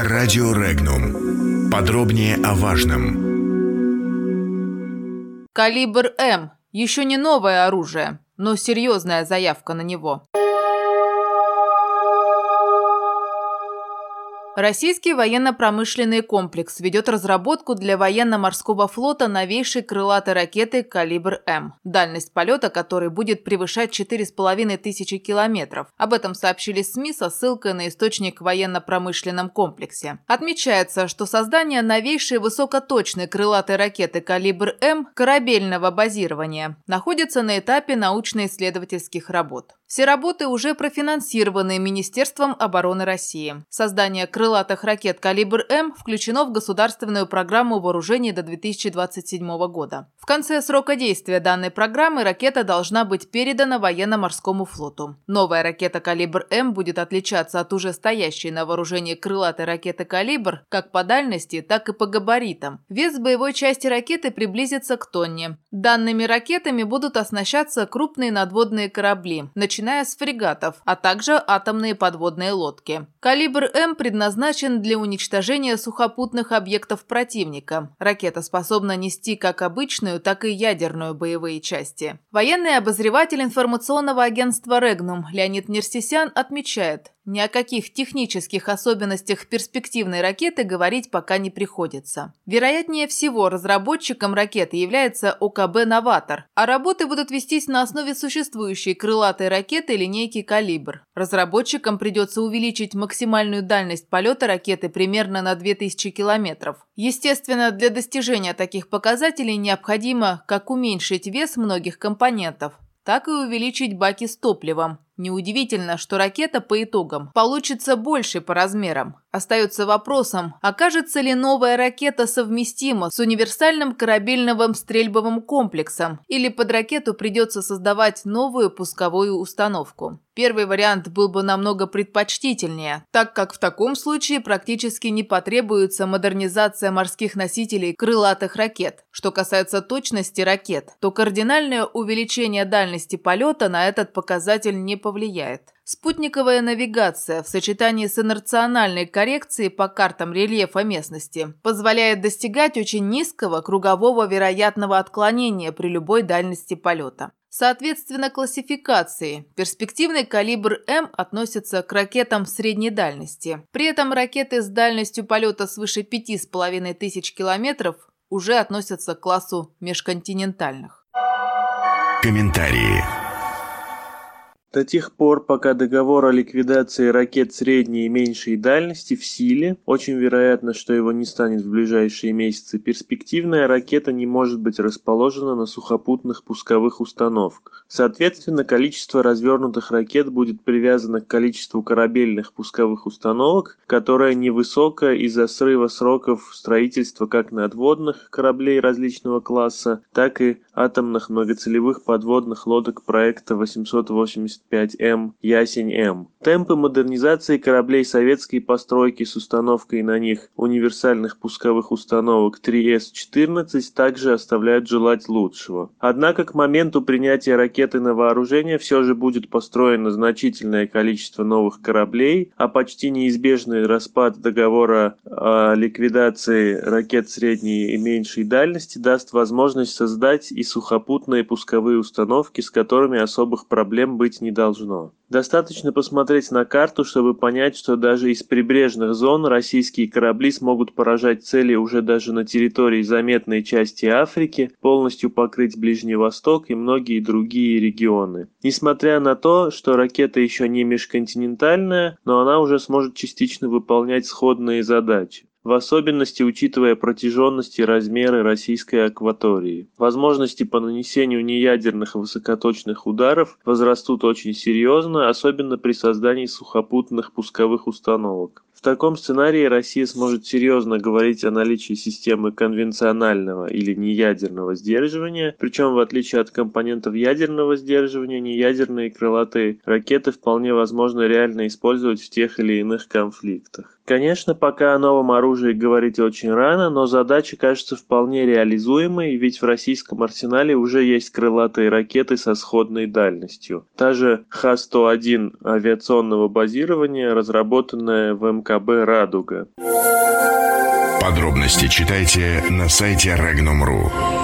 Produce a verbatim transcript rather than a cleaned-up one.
Радио Регнум. Подробнее о важном. Калибр М. Еще не новое оружие, но серьезная заявка на него. Российский военно-промышленный комплекс ведет разработку для военно-морского флота новейшей крылатой ракеты «Калибр М», дальность полета которой будет превышать четыре с половиной тысячи километров. Об этом сообщили СМИ со ссылкой на источник в военно-промышленном комплексе. Отмечается, что создание новейшей высокоточной крылатой ракеты «Калибр М» корабельного базирования находится на этапе научно-исследовательских работ. Все работы уже профинансированы Министерством обороны России. Создание крылатых ракет «Калибр М» включено в государственную программу вооружений до две тысячи двадцать седьмого года. В конце срока действия данной программы ракета должна быть передана военно-морскому флоту. Новая ракета «Калибр М» будет отличаться от уже стоящей на вооружении крылатой ракеты «Калибр» как по дальности, так и по габаритам. Вес боевой части ракеты приблизится к тонне. Данными ракетами будут оснащаться крупные надводные корабли, начиная с фрегатов, а также атомные подводные лодки. «Калибр М» предназначен для уничтожения сухопутных объектов противника. Ракета способна нести как обычную, так и ядерную боевые части. Военный обозреватель информационного агентства «Регнум» Леонид Нерсисян отмечает, ни о каких технических особенностях перспективной ракеты говорить пока не приходится. Вероятнее всего, разработчиком ракеты является О Ка Бэ «Новатор», а работы будут вестись на основе существующей крылатой ракеты линейки «Калибр». Разработчикам придется увеличить максимальную дальность полета ракеты примерно на две тысячи километров. Естественно, для достижения таких показателей необходимо как уменьшить вес многих компонентов, так и увеличить баки с топливом. Неудивительно, что ракета по итогам получится большей по размерам. Остается вопросом, окажется ли новая ракета совместима с универсальным корабельным стрельбовым комплексом, или под ракету придется создавать новую пусковую установку. Первый вариант был бы намного предпочтительнее, так как в таком случае практически не потребуется модернизация морских носителей крылатых ракет. Что касается точности ракет, то кардинальное увеличение дальности полета на этот показатель не повлияет. Спутниковая навигация в сочетании с инерциональной коррекцией по картам рельефа местности позволяет достигать очень низкого кругового вероятного отклонения при любой дальности полета. Соответственно классификации, перспективный «Калибр М» относится к ракетам средней дальности. При этом ракеты с дальностью полета свыше пяти с половиной тысяч километров уже относятся к классу межконтинентальных. Комментарии. До тех пор, пока договор о ликвидации ракет средней и меньшей дальности в силе, очень вероятно, что его не станет в ближайшие месяцы, перспективная ракета не может быть расположена на сухопутных пусковых установках. Соответственно, количество развернутых ракет будет привязано к количеству корабельных пусковых установок, которое невысокое из-за срыва сроков строительства как надводных кораблей различного класса, так и атомных многоцелевых подводных лодок проекта восемьсот восемьдесят пять М «Ясень-М». Темпы модернизации кораблей советской постройки с установкой на них универсальных пусковых установок три Эс четырнадцать также оставляют желать лучшего. Однако к моменту принятия ракеты на вооружение все же будет построено значительное количество новых кораблей, а почти неизбежный распад договора о ликвидации ракет средней и меньшей дальности даст возможность создать и сухопутные пусковые установки, с которыми особых проблем быть не должно. Достаточно посмотреть на карту, чтобы понять, что даже из прибрежных зон российские корабли смогут поражать цели уже даже на территории заметной части Африки, полностью покрыть Ближний Восток и многие другие регионы. Несмотря на то, что ракета еще не межконтинентальная, но она уже сможет частично выполнять сходные задачи, в особенности учитывая протяженность и размеры российской акватории. Возможности по нанесению неядерных высокоточных ударов возрастут очень серьезно, особенно при создании сухопутных пусковых установок. В таком сценарии Россия сможет серьезно говорить о наличии системы конвенционального или неядерного сдерживания, причем в отличие от компонентов ядерного сдерживания, неядерные крылатые ракеты вполне возможно реально использовать в тех или иных конфликтах. Конечно, пока о новом оружии говорить очень рано, но задача кажется вполне реализуемой, ведь в российском арсенале уже есть крылатые ракеты со сходной дальностью. Та же Ха сто один авиационного базирования, разработанная в Эм Ка МКБ «Радуга». Подробности читайте на сайте регнум точка ру.